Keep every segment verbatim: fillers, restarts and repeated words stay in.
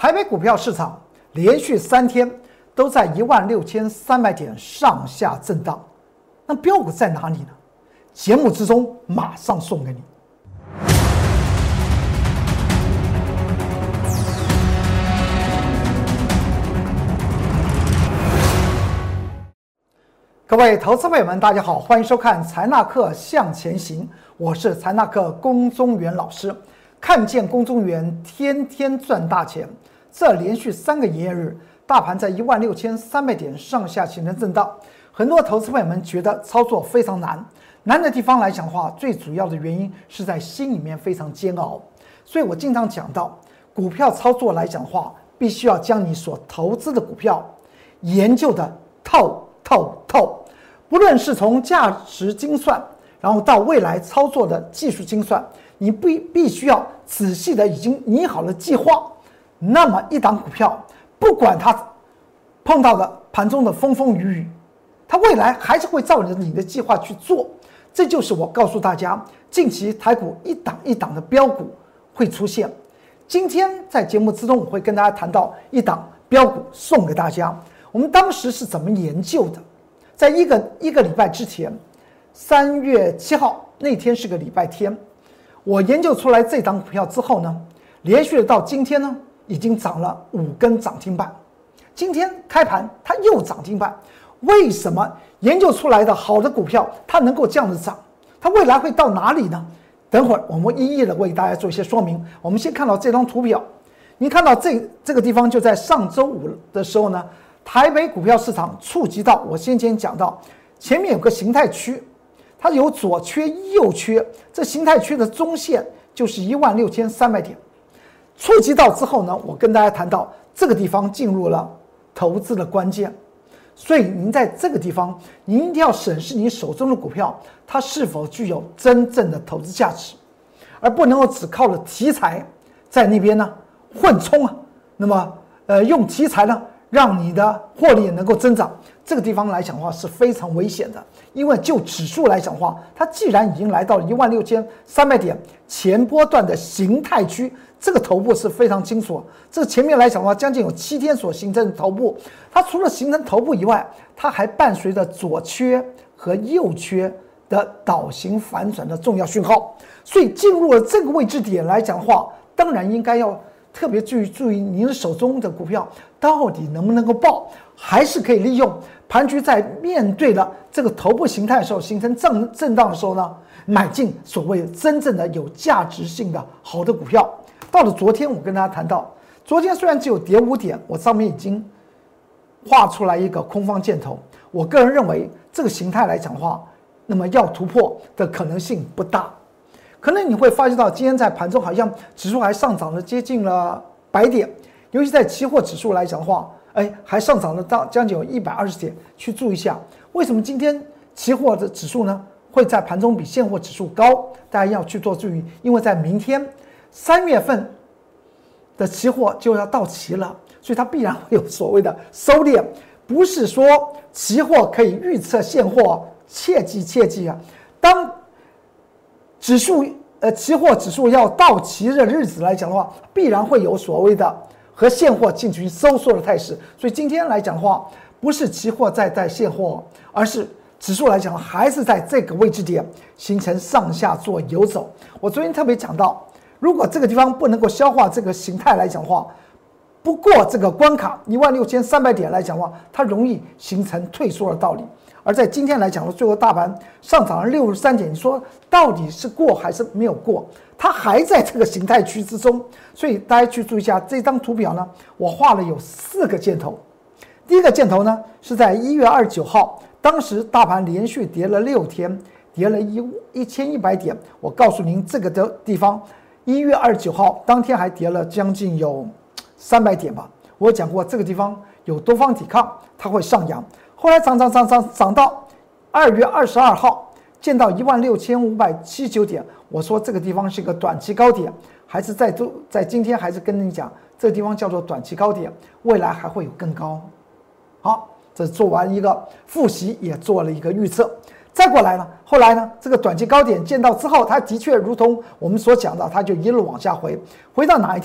台北股票市场连续三天都在一万六千三百点上下震荡，那标股在哪里呢？节目之中马上送给你。各位投资朋友们，大家好，欢迎收看财纳课向前行，我是财纳课龚宗元老师。看见龚宗元天天赚大钱，这连续三个营业日，大盘在一万六千三百点上下形成震荡。很多投资朋友们觉得操作非常难，难的地方来讲的话，最主要的原因是在心里面非常煎熬。所以我经常讲到，股票操作来讲的话，必须要将你所投资的股票研究的透透透。不论是从价值精算，然后到未来操作的技术精算，你必必须要仔细的已经拟好了计划。那么一档股票，不管它碰到的盘中的风风雨雨，它未来还是会照着你的计划去做。这就是我告诉大家，近期台股一档一档的标股会出现。今天在节目之中，我会跟大家谈到一档标股送给大家。我们当时是怎么研究的？在一个一个礼拜之前，三月七号那天是个礼拜天，我研究出来这档股票之后呢，连续到今天呢，已经涨了五根涨停板。今天开盘它又涨停板，为什么研究出来的好的股票它能够这样子涨？它未来会到哪里呢？等会儿我们一一的为大家做一些说明。我们先看到这张图表，你看到这这个地方就在上周五的时候呢。台北股票市场触及到我先前讲到，前面有个形态区，它有左缺右缺，这形态区的中线就是一万六千三百点。触及到之后呢，我跟大家谈到这个地方进入了投资的关键，所以您在这个地方，您一定要审视你手中的股票，它是否具有真正的投资价值，而不能够只靠了题材在那边呢混冲啊。那么，呃，用题材呢？让你的获利能够增长，这个地方来讲的话是非常危险的。因为就指数来讲的话，它既然已经来到了一万六千三百点前波段的形态区，这个头部是非常清楚。这个前面来讲的话，将近有七天所形成的头部，它除了形成头部以外，它还伴随着左缺和右缺的倒行反转的重要讯号。所以进入了这个位置点来讲的话，当然应该要特别注意注意您手中的股票到底能不能够爆，还是可以利用盘局在面对了这个头部形态的时候，形成震震荡的时候呢，买进所谓真正的有价值性的好的股票。到了昨天，我跟大家谈到，昨天虽然只有跌五点，我上面已经画出来一个空方箭头。我个人认为这个形态来讲的话，那么要突破的可能性不大。可能你会发觉到今天在盘中好像指数还上涨了接近了百点，尤其在期货指数来讲的话，哎，还上涨了到将近有一百二十点。去注意一下，为什么今天期货的指数呢会在盘中比现货指数高？大家要去做注意，因为在明天三月份的期货就要到期了，所以它必然会有所谓的收敛。不是说期货可以预测现货，切记切记啊！当指数呃，期货指数要到期的日子来讲的话，必然会有所谓的和现货进行收缩的态势。所以今天来讲的话，不是期货在带现货，而是指数来讲还是在这个位置点形成上下做游走。我昨天特别讲到，如果这个地方不能够消化这个形态来讲的话，不过这个关卡一万六千三百点来讲的话，它容易形成退缩的道理。而在今天来讲，最后大盘上涨了六十三点，你说到底是过还是没有过？它还在这个形态区之中，所以大家去注意一下这张图表呢，我画了有四个箭头。第一个箭头呢是在一月二十九号，当时大盘连续跌了六天，跌了一一千一百点。我告诉您，这个的地方，一月二十九号当天还跌了将近有三百点吧。我讲过，这个地方有多方抵抗，它会上扬。后来涨涨涨涨涨到二月二十二号，见到一万六千五百七十九点。我说这个地方是一个短期高点，还是在都在今天还是跟你讲，这个地方叫做短期高点，未来还会有更高。好，这做完一个复习，也做了一个预测。再过来呢，后来呢，这个短期高点见到之后，它的确如同我们所讲的，它就一路往下回，回到哪一天？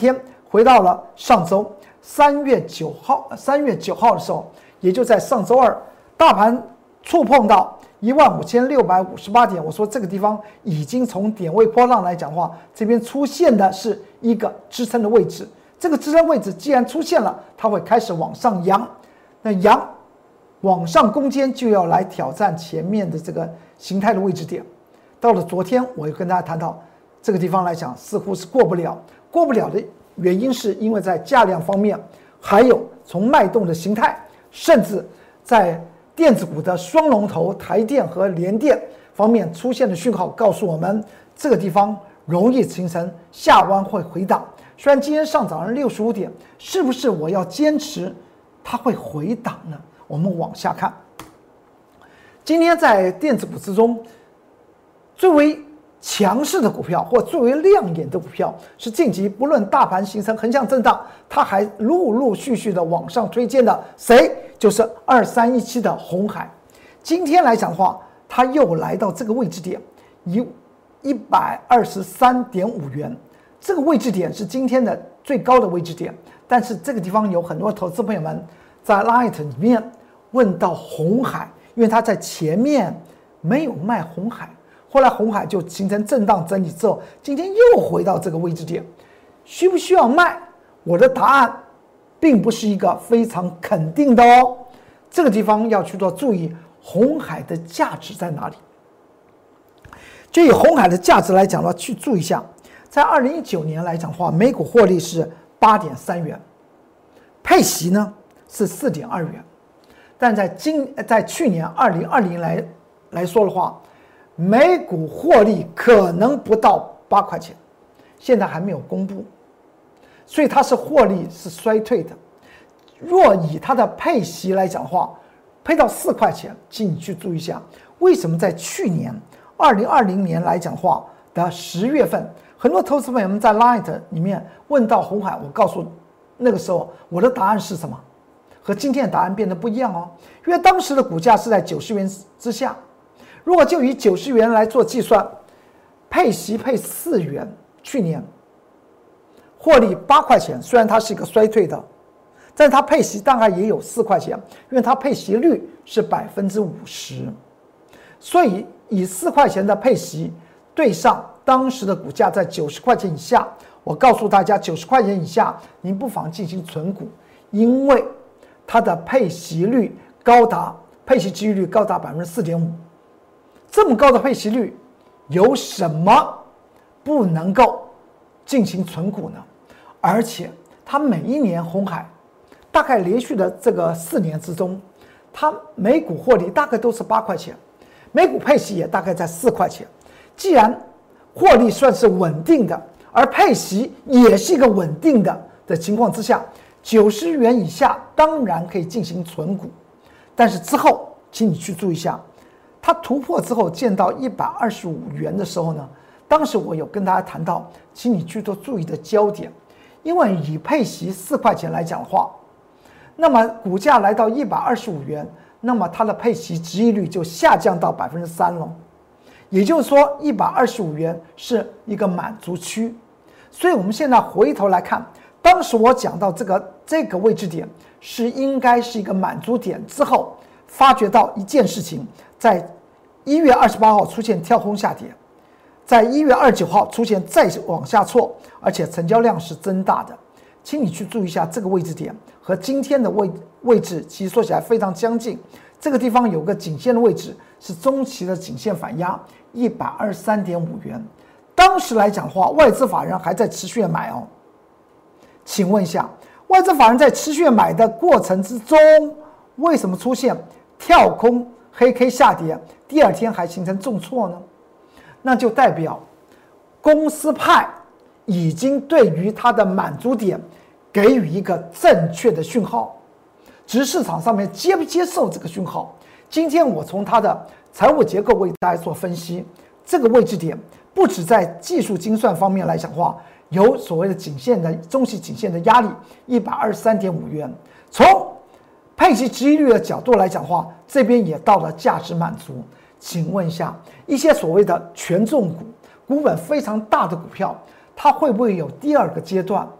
回到了上周三月九号，三月九号的时候，也就在上周二，大盘触碰到一万五千六百五十八点。我说这个地方已经从点位波浪来讲的话，这边出现的是一个支撑的位置。这个支撑位置既然出现了，它会开始往上扬，那扬往上攻坚就要来挑战前面的这个形态的位置点。到了昨天，我又跟大家谈到这个地方来讲，似乎是过不了。过不了的原因是因为在价量方面，还有从脉动的形态，甚至在电子股的双龙头台电和联电方面出现的讯号，告诉我们这个地方容易形成下弯会回档。虽然今天上涨了六十五点，是不是我要坚持它会回档呢？我们往下看，今天在电子股之中，最为强势的股票或最为亮眼的股票，是近期不论大盘形成横向震荡，它还陆陆续续的往上推荐的谁？就是二三一七的鸿海。今天来讲的话，它又来到这个位置点，一一百二十三点五元。这个位置点是今天的最高的位置点，但是这个地方有很多投资朋友们在 Light 里面问到鸿海，因为它在前面没有卖鸿海，后来鸿海就形成震荡整理之后，今天又回到这个位置点，需不需要卖？我的答案并不是一个非常肯定的哦，这个地方要去做注意，鸿海的价值在哪里？就以鸿海的价值来讲的话，去注意一下。在二零一九年来讲的话，每股获利是 八点三元，配息呢是 四点二元，但在今在去年二零二零来来说的话，每股获利可能不到八块钱，现在还没有公布，所以它是获利是衰退的。若以它的配息来讲的话，配到四块钱，请你去注意一下，为什么在去年二零二零年来讲的话的十月份，很多投资朋友们在 Light 里面问到鸿海，我告诉那个时候我的答案是什么，和今天的答案变得不一样哦，因为当时的股价是在九十元之下，如果就以九十元来做计算，配息配四元，去年获利八块钱，虽然它是一个衰退的，但是它配息大概也有四块钱，因为它配息率是百分之五十，所以以四块钱的配息对上当时的股价在九十块钱以下，我告诉大家，九十块钱以下，您不妨进行存股，因为它的配息率高达配息几率高达百分之四点五，这么高的配息率，有什么不能够进行存股呢？而且它每一年鸿海大概连续的这个四年之中，它每股获利大概都是八块钱，每股配息也大概在四块钱。既然获利算是稳定的，而配息也是一个稳定的的情况之下，九十元以下当然可以进行存股，但是之后请你去注意一下，它突破之后见到一百二十五元的时候呢，当时我有跟大家谈到，请你去做注意的焦点，因为以配息四块钱来讲的话，那么股价来到一百二十五元，那么它的配息殖利率就下降到百分之三了。也就是说一百二十五元是一个满足区，所以我们现在回头来看，当时我讲到这个这个位置点是应该是一个满足点之后，发觉到一件事情，在一月二十八号出现跳空下跌，在一月二十九号出现再往下挫，而且成交量是增大的，请你去注意一下这个位置点和今天的位位置其实说起来非常相近，这个地方有个颈线的位置是中期的颈线反压一百二十三点五元，当时来讲的话，外资法人还在持续的买哦。请问一下，外资法人在持续买的过程之中，为什么出现跳空黑 K 下跌，第二天还形成重挫呢？那就代表公司派已经对于它的满足点给予一个正确的讯号，只是市场上面接不接受这个讯号。今天我从它的财务结构为大家做分析，这个位置点不只在技术精算方面来讲的话，有所谓的颈线的中期颈线的压力一百二十三点五元，从配息殖利率的角度来讲的话，这边也到了价值满足。请问一下，一些所谓的权重股、股本非常大的股票，它会不会有第二个阶段？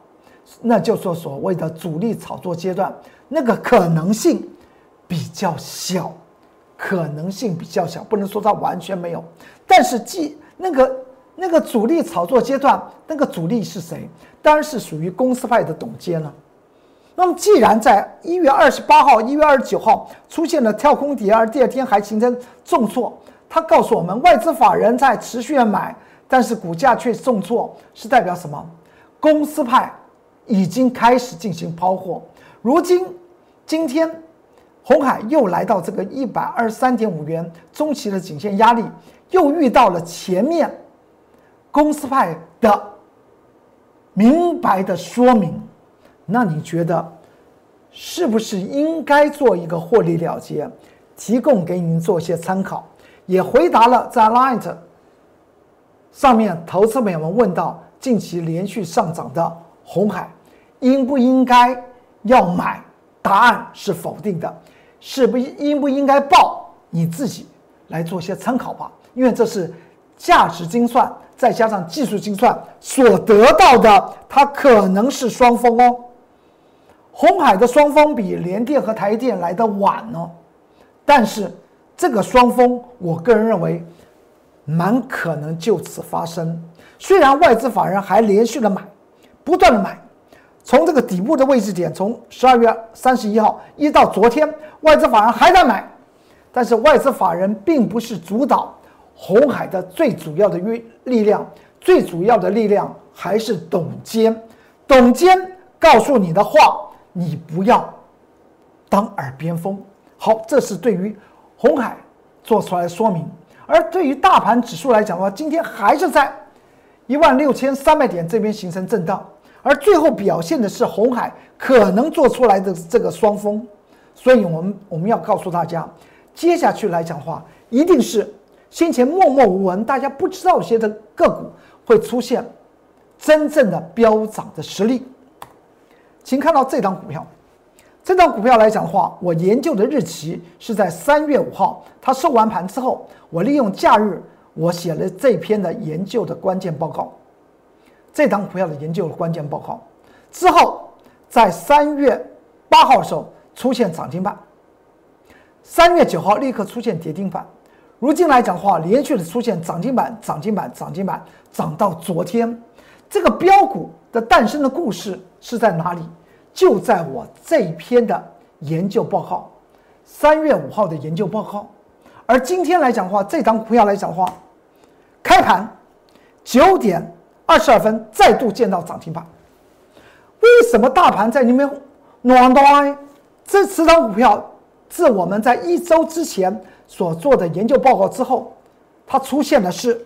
那就是所谓的主力炒作阶段，那个可能性比较小，可能性比较小，不能说它完全没有。但是既那个那个主力炒作阶段，那个主力是谁？当然是属于公司派的董监了。那么既然在一月二十八号、一月二十九号出现了跳空跌，而第二天还形成重挫，它告诉我们外资法人在持续的买，但是股价却重挫，是代表什么？公司派已经开始进行抛货。如今今天鸿海又来到这个一百二十三点五元中期的颈线压力，又遇到了前面公司派的明白的说明，那你觉得是不是应该做一个获利了结，提供给您做一些参考？也回答了在 Line 上面投资朋友们问到近期连续上涨的鸿海应不应该要买，答案是否定的。是不应不应该报，你自己来做些参考吧，因为这是价值精算再加上技术精算所得到的，它可能是双峰哦。鸿海的双峰比联电和台电来得晚哦，但是这个双峰我个人认为蛮可能就此发生。虽然外资法人还连续的买，不断的买，从这个底部的位置点，从十二月三十一号一到昨天，外资法人还在买，但是外资法人并不是主导鸿海的最主要的力量，最主要的力量还是董监。董监告诉你的话，你不要当耳边风。好，这是对于鸿海做出来的说明。而对于大盘指数来讲的话，今天还是在一万六千三百点这边形成震荡，而最后表现的是鸿海可能做出来的这个双峰。所以我们我们要告诉大家，接下去来讲的话，一定是先前默默无闻大家不知道些的个股会出现真正的飙涨的实力。请看到这档股票，这档股票来讲的话，我研究的日期是在三月五号，它收完盘之后，我利用假日我写了这篇的研究的关键报告，这档股票的研究的关键报告之后，在三月八号的时候出现涨停板，三月九号立刻出现跌停板。如今来讲的话，连续的出现涨停板、涨停板、涨停板，涨到昨天。这个标股的诞生的故事是在哪里？就在我这一篇的研究报告，三月五号的研究报告。而今天来讲的话，这档股票来讲的话，开盘九点二十二分再度见到涨停板。为什么大盘在里面暖暖？这十档股票自我们在一周之前所做的研究报告之后，它出现的是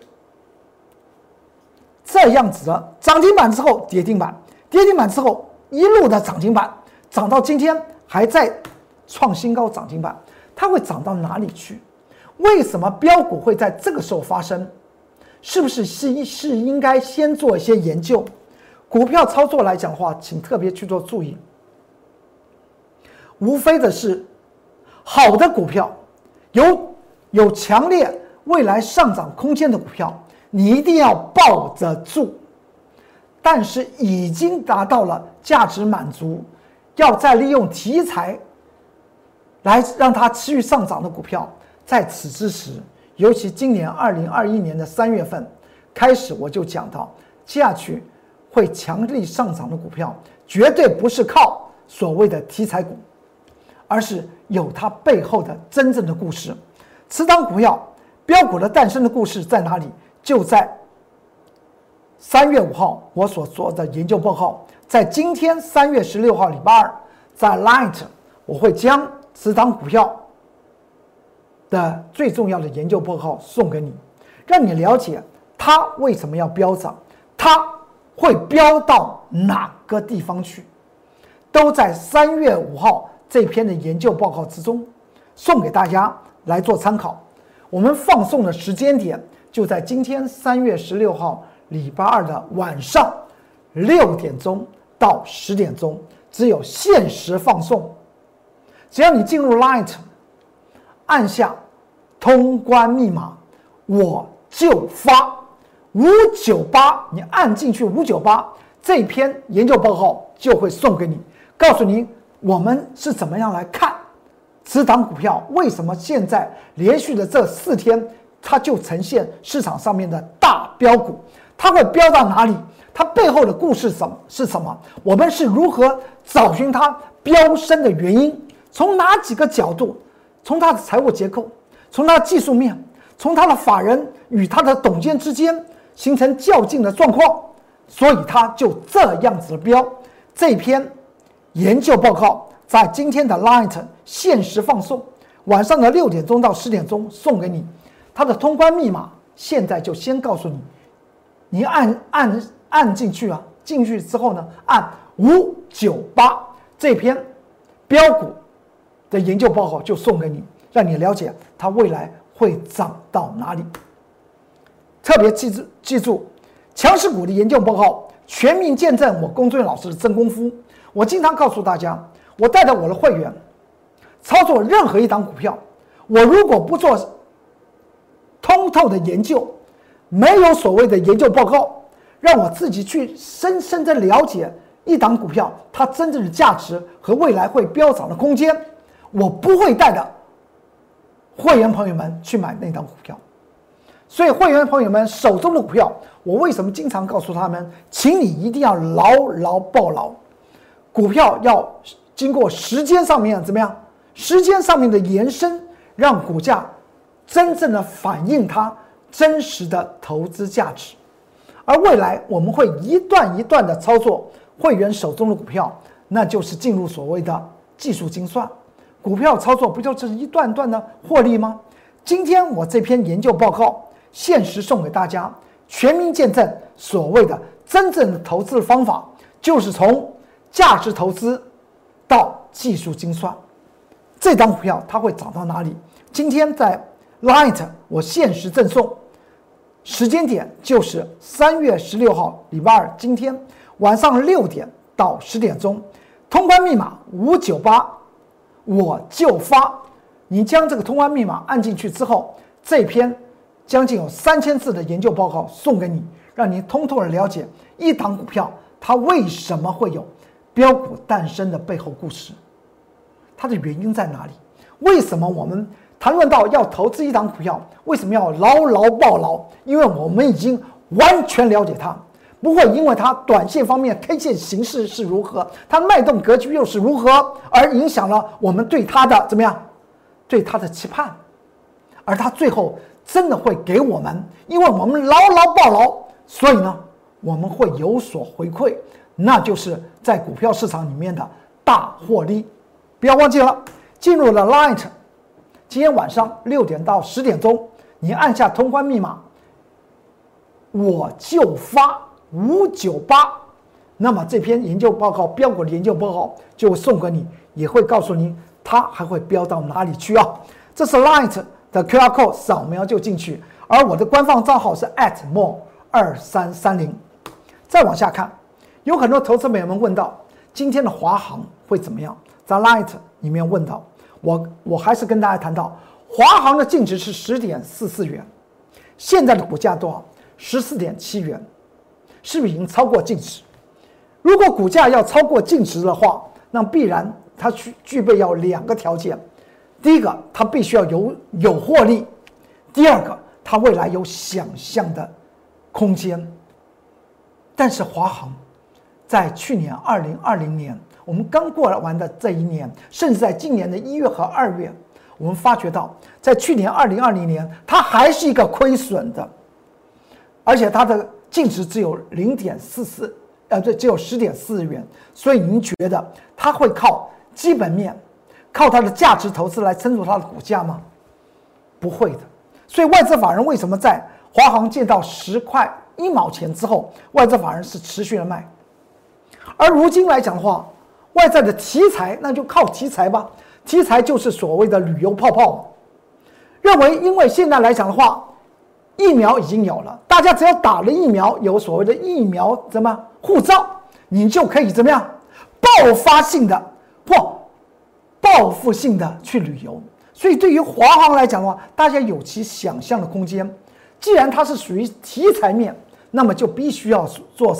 这样子的涨停板之后跌停板，跌停板之后一路的涨停板，涨到今天还在创新高涨停板，它会涨到哪里去？为什么标股会在这个时候发生？是不是是是应该先做一些研究？股票操作来讲的话，请特别去做注意，无非的是好的股票，有有强烈未来上涨空间的股票，你一定要抱得住。但是已经达到了价值满足，要再利用题材来让它持续上涨的股票，在此之时，尤其今年二零二一年的三月份开始，我就讲到，接下去会强力上涨的股票，绝对不是靠所谓的题材股，而是有它背后的真正的故事。此档股票标股的诞生的故事在哪里？就在三月五号我所做的研究报告，在今天三月十六号礼拜二，在 Line 我会将此档股票的最重要的研究报告送给你，让你了解它为什么要飙涨，它会飙到哪个地方去，都在三月五号这篇的研究报告之中，送给大家来做参考。我们放送的时间点就在今天三月十六号礼拜二的晚上六点钟到十点钟，只有限时放送。只要你进入 Line， 按下通关密码，我就发五九八，你按进去五九八， 这篇研究报告就会送给你，告诉您我们是怎么样来看此档股票为什么现在连续的这四天它就呈现市场上面的大标股，它会飙到哪里？它背后的故事什么是什么？我们是如何找寻它飙升的原因？从哪几个角度？从它的财务结构，从它的技术面，从它的法人与它的董监之间形成较劲的状况，所以它就这样子的飙。这篇研究报告在今天的 Light 限时放送，晚上的六点钟到十点钟送给你。它的通关密码现在就先告诉你，你按按按进去啊，进去之后呢，按五九八这篇标股的研究报告就送给你，让你了解它未来会涨到哪里。特别记住记住，强势股的研究报告全面见证我龚俊老师的真功夫。我经常告诉大家，我带着我的会员操作任何一档股票，我如果不做通透的研究，没有所谓的研究报告，让我自己去深深的了解一档股票它真正的价值和未来会飙涨的空间，我不会带着会员朋友们去买那档股票。所以会员朋友们手中的股票，我为什么经常告诉他们，请你一定要牢牢抱牢，股票要经过时间上面怎么样？时间上面的延伸，让股价真正的反映它真实的投资价值。而未来我们会一段一段的操作会员手中的股票，那就是进入所谓的技术精算。股票操作不就是一段段的获利吗？今天我这篇研究报告限时送给大家，全民见证所谓的真正的投资的方法，就是从价值投资到技术精算。这档股票它会涨到哪里？今天在 Light 我限时赠送，时间点就是三月十六号礼拜二，今天晚上六点到十点钟，通关密码五九八，我就发。你将这个通关密码按进去之后，这篇将近有三千字的研究报告送给你，让你通透的了解一档股票它为什么会有标股诞生的背后故事，它的原因在哪里？为什么我们谈论到要投资一档股票，为什么要牢牢抱牢？因为我们已经完全了解它，不会因为它短线方面 K 线形势是如何，它脉动格局又是如何，而影响了我们对它的怎么样，对它的期盼。而它最后真的会给我们，因为我们牢牢抱牢，所以呢，我们会有所回馈，那就是在股票市场里面的大获利。不要忘记了，进入了 Light， 今天晚上六点到十点钟，你按下通关密码，我就发五九八，那么这篇研究报告标股的研究报告就送给你，也会告诉您它还会飙到哪里去啊。这是 Light 的 Q R code， 扫描就进去，而我的官方账号是 at more 二三三零。再往下看，有很多投资朋友们问到今天的华航会怎么样，在 Light 里面问到我，我还是跟大家谈到华航的净值是 十点四四元，现在的股价多少？ 十四点七元，是不是已经超过净值？如果股价要超过净值的话，那必然它具具备要两个条件。第一个，它必须要有有获利；第二个，它未来有想象的空间。但是华航在去年二零二零年，我们刚过完的这一年，甚至在今年的一月和二月，我们发觉到，在去年二零二零年，它还是一个亏损的，而且它的净值只有零点四四，呃，对，只有十点四元。所以您觉得它会靠基本面？靠它的价值投资来撑住它的股价吗？不会的。所以外资法人为什么在华航见到十块一毛钱之后，外资法人是持续的卖？而如今来讲的话，外在的题材那就靠题材吧，题材就是所谓的旅游泡泡。认为因为现在来讲的话，疫苗已经有了，大家只要打了疫苗，有所谓的疫苗怎么护照，你就可以怎么样爆发性的或报复性的去旅游。所以对于华航来讲的话，大家有其想象的空间。既然它是属于题材面，那么就必须要做什么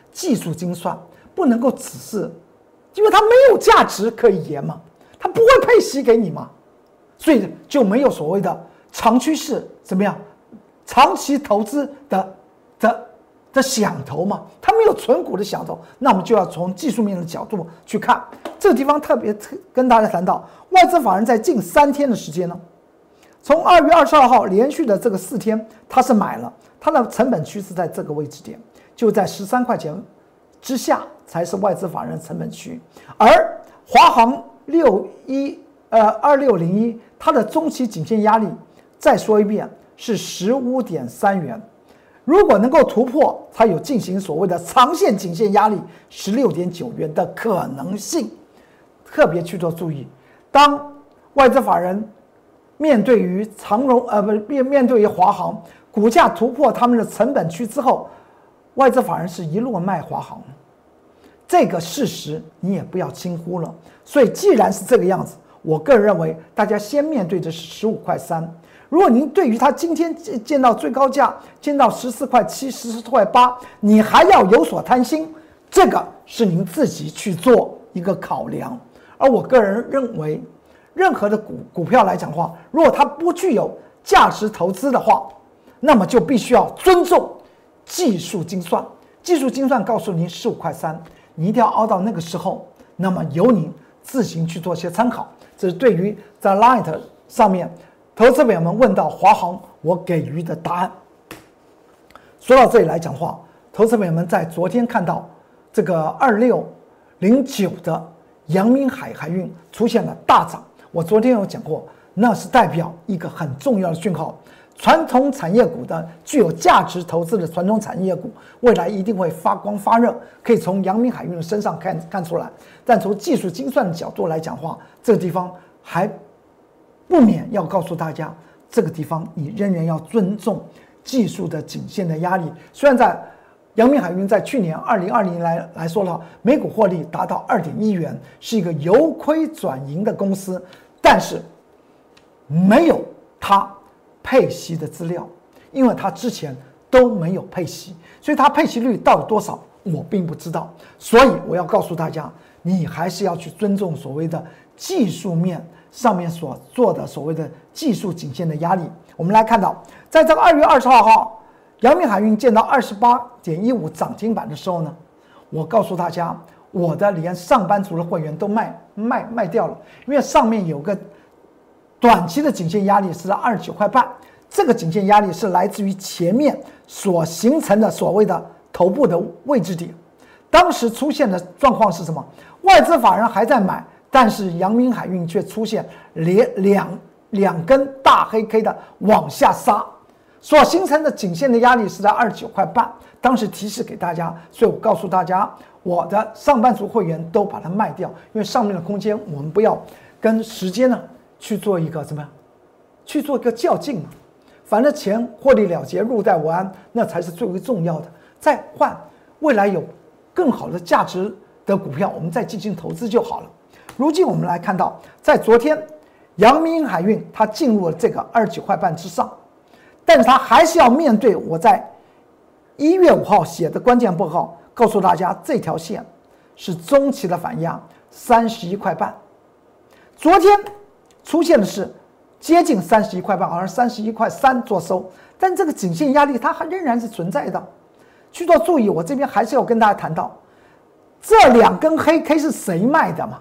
技术精算，不能够只是，因为它没有价值可以言嘛，它不会配息给你嘛，所以就没有所谓的长趋势怎么样，长期投资的的的想头嘛，它没有存股的想头，那我们就要从技术面的角度去看。这个地方特别跟大家谈到，外资法人在近三天的时间呢，从二月二十二号连续的这个四天，它是买了，它的成本区是在这个位置点，就在十三块钱之下才是外资法人成本区，而华航六一呃二六零一，它的中期颈线压力，再说一遍是十五点三元，如果能够突破，它有进行所谓的长线颈线压力十六点九元的可能性，特别去做注意。当外资法人面对于长荣呃不面面对于华航股价突破他们的成本区之后，外资法人是一路卖华航，这个事实你也不要轻忽了。所以既然是这个样子，我个人认为大家先面对的是十五块三。如果您对于它今天见到最高价见到十四块七、十四块八，你还要有所贪心，这个是您自己去做一个考量。而我个人认为，任何的股股票来讲的话，如果它不具有价值投资的话，那么就必须要尊重技术精算。技术精算告诉您十五块三，你一定要熬到那个时候，那么由您自行去做些参考。这是对于在 Line 上面投资朋友们问到华航，我给予的答案。说到这里来讲的话，投资朋友们在昨天看到这个二六零九的阳明海海运出现了大涨，我昨天有讲过，那是代表一个很重要的讯号。传统产业股的具有价值投资的传统产业股，未来一定会发光发热，可以从阳明海运的身上看看出来。但从技术精算的角度来讲的话，这个地方还不免要告诉大家，这个地方你仍然要尊重技术的颈线的压力。虽然在阳明海运在去年二零二零年来来说了，每股获利达到二点一元，是一个由亏转盈的公司，但是没有它配息的资料，因为它之前都没有配息，所以它配息率到底多少我并不知道。所以我要告诉大家，你还是要去尊重所谓的技术面上面所做的所谓的技术颈线的压力。我们来看到，在这个二月二十二号，阳明海运见到二十八点一五涨停板的时候呢，我告诉大家，我的连上班族的会员都卖卖卖掉了，因为上面有个短期的颈线压力是在二十九块半，这个颈线压力是来自于前面所形成的所谓的头部的位置点。当时出现的状况是什么？外资法人还在买，但是阳明海运却出现连两两根大黑 K 的往下杀，所形成的颈线的压力是在二十九块半。当时提示给大家，所以我告诉大家，我的上班族会员都把它卖掉，因为上面的空间我们不要跟时间呢去做一个怎么样，去做一个较劲嘛。反正钱获利了结，入袋为安，那才是最为重要的。再换未来有更好的价值的股票，我们再进行投资就好了。如今我们来看到，在昨天阳明海运它进入了这个二十九块半之上，但是它还是要面对我在一月五号写的关键报告，告诉大家这条线是中期的反压三十一块半。昨天出现的是接近三十一块半，而三十一块三做收，但这个颈线压力它还仍然是存在的，去做注意。我这边还是要跟大家谈到，这两根黑 K 是谁卖的嘛？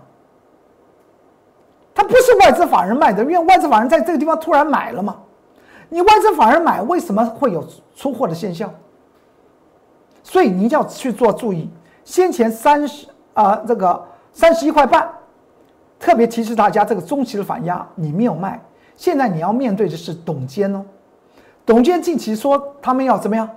它不是外资法人卖的，因为外资法人在这个地方突然买了嘛。你外资法人买，为什么会有出货的现象？所以你要去做注意。先前三十啊这个三十一块半，特别提示大家，这个中期的反压你没有卖，现在你要面对的是董监哦。董监近期说他们要怎么样？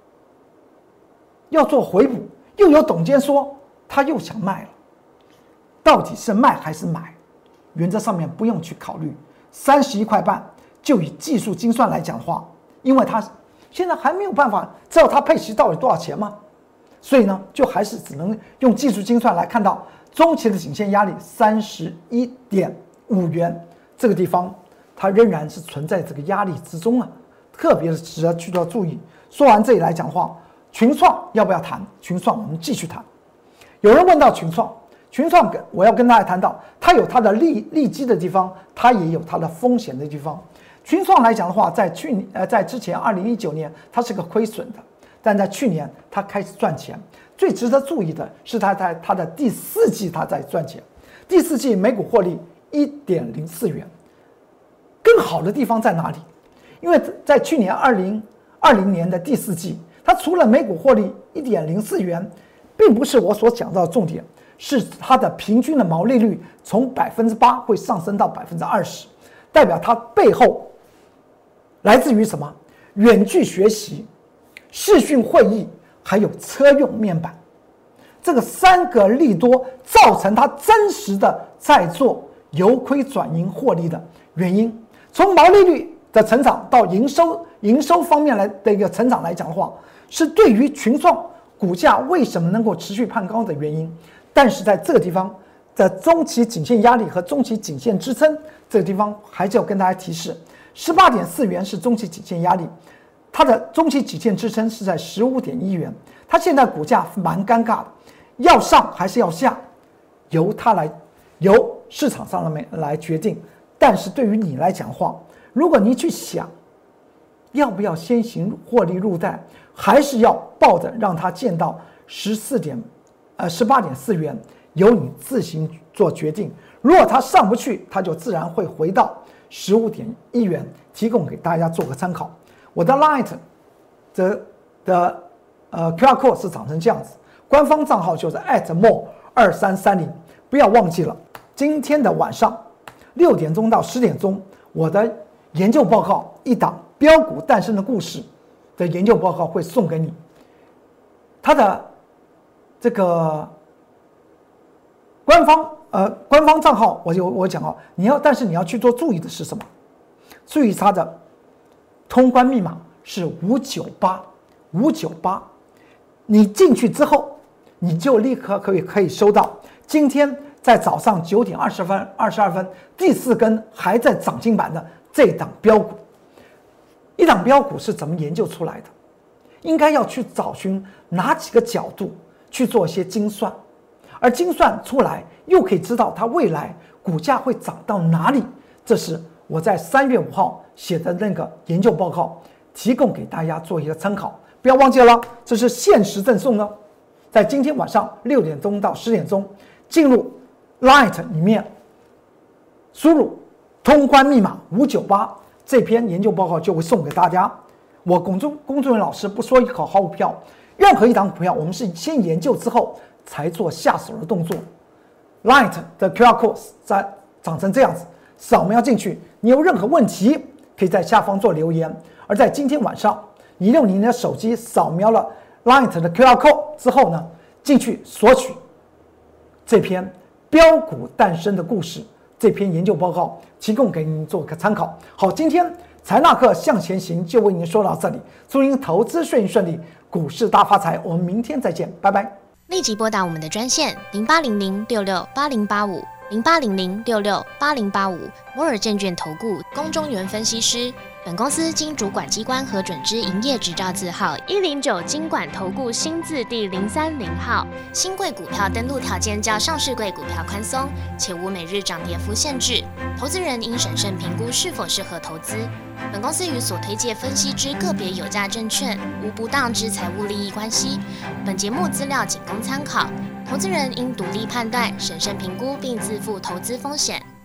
要做回补，又有董监说他又想卖了，到底是卖还是买？原则上面不用去考虑。三十一块半，就以技术精算来讲的话，因为它现在还没有办法知道它配息到底多少钱嘛，所以呢，就还是只能用技术精算来看到中期的颈线压力三十一点五元这个地方，它仍然是存在这个压力之中啊，特别是值得去做注意。说完这里来讲的话， 群创要不要谈？群创我们继续谈。有人问到群创，群创我要跟大家谈到，它有它的利利基的地方，它也有它的风险的地方。群创来讲的话，在去年呃在之前二零一九年它是个亏损的，但在去年它开始赚钱。最值得注意的是它在它的第四季它在赚钱，第四季每股获利 一点零四元。更好的地方在哪里？因为在去年二零二零年的第四季，它除了每股获利 一点零四元，并不是我所讲到的重点，是它的平均的毛利率从 百分之八 会上升到 百分之二十， 代表它背后来自于什么？远距学习、视讯会议，还有车用面板，这个三个利多造成它真实的在做由亏转盈获利的原因。从毛利率的成长到营收营收方面来的一个成长来讲的话，是对于群创股价为什么能够持续攀高的原因。但是在这个地方的中期颈线压力和中期颈线支撑，这个地方还是要跟大家提示， 十八点四元是中期颈线压力，它的中期颈线支撑是在 十五点一元。它现在股价蛮尴尬的，要上还是要下，由它来由市场上面来决定。但是对于你来讲的话，如果你去想要不要先行获利入袋，还是要抱着让它见到十四点呃 十八点四元，由你自行做决定。如果它上不去，它就自然会回到 十五点一元，提供给大家做个参考。我的 Light 的的呃 Q R code 是长成这样子，官方账号就是 at more 二三三零，不要忘记了。今天的晚上六点钟到十点钟，我的研究报告一档标股诞生的故事的研究报告会送给你。它的这个官方呃官方账号，我就我讲哦，你要但是你要去做注意的是什么？注意它的通关密码是五九八五九八，你进去之后，你就立刻可以可以收到今天在早上九点二十分二十二分第四根还在涨停板的这档标股。一档标股是怎么研究出来的？应该要去找寻哪几个角度去做一些精算，而精算出来又可以知道它未来股价会涨到哪里。这是我在三月五号写的那个研究报告，提供给大家做一个参考。不要忘记了，这是限时赠送呢，在今天晚上六点钟到十点钟，进入 Light 里面，输入通关密码五九八，这篇研究报告就会送给大家。我公众公众人老师不说一口好股票，任何一档股票我们是先研究之后才做下手的动作。Light 的 Q R code 在长成这样子，扫描进去，你有任何问题可以在下方做留言。而在今天晚上，你用你的手机扫描了 Light 的 Q R code 之后呢，进去索取这篇标股诞生的故事，这篇研究报告提供给您做个参考。好，今天财纳课向前行就为您说到这里，祝您投资顺顺利，股市大发财。我们明天再见，拜拜。 立即拨打我们的专线零八零零六六八零八五零八零零六六八零八五摩尔证券投顾龚中原分析师。本公司经主管机关核准之营业执照字号一零九金管投顾新字第零三零号。新贵股票登录条件较上市贵股票宽松，且无每日涨跌幅限制。投资人应审慎评估是否适合投资。本公司与所推介分析之个别有价证券无不当之财务利益关系。本节目资料仅供参考，投资人应独立判断、审慎评估并自负投资风险。